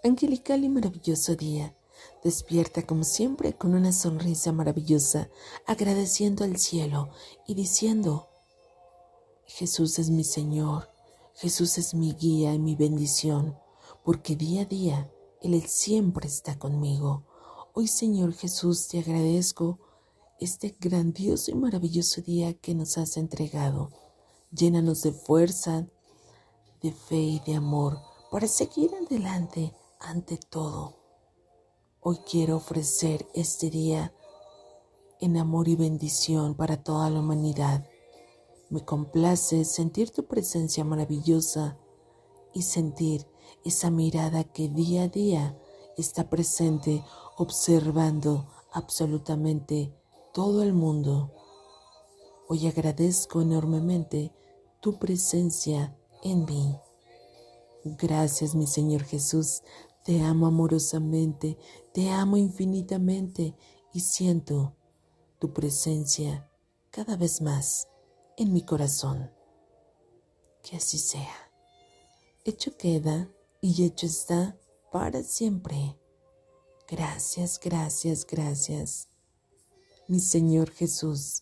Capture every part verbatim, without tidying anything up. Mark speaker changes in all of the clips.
Speaker 1: angelical y maravilloso día. Despierta como siempre con una sonrisa maravillosa, agradeciendo al cielo y diciendo: Jesús es mi Señor, Jesús es mi guía y mi bendición, porque día a día Él siempre está conmigo. Hoy, Señor Jesús, te agradezco este grandioso y maravilloso día que nos has entregado. Llénanos de fuerza, de fe y de amor para seguir adelante ante todo. Hoy quiero ofrecer este día en amor y bendición para toda la humanidad. Me complace sentir tu presencia maravillosa y sentir esa mirada que día a día está presente, observando absolutamente todo el mundo. Hoy agradezco enormemente tu presencia en mí. Gracias, mi Señor Jesús. Te amo amorosamente, te amo infinitamente y siento tu presencia cada vez más en mi corazón. Que así sea. Hecho queda y hecho está para siempre. Gracias, gracias, gracias, mi Señor Jesús.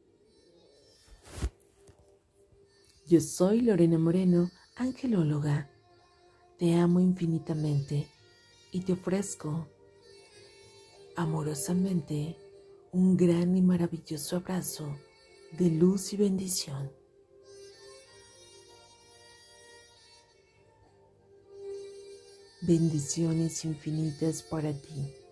Speaker 1: Yo soy Lorena Moreno, angelóloga. Te amo infinitamente y te ofrezco amorosamente un gran y maravilloso abrazo de luz y bendición. Bendiciones infinitas para ti.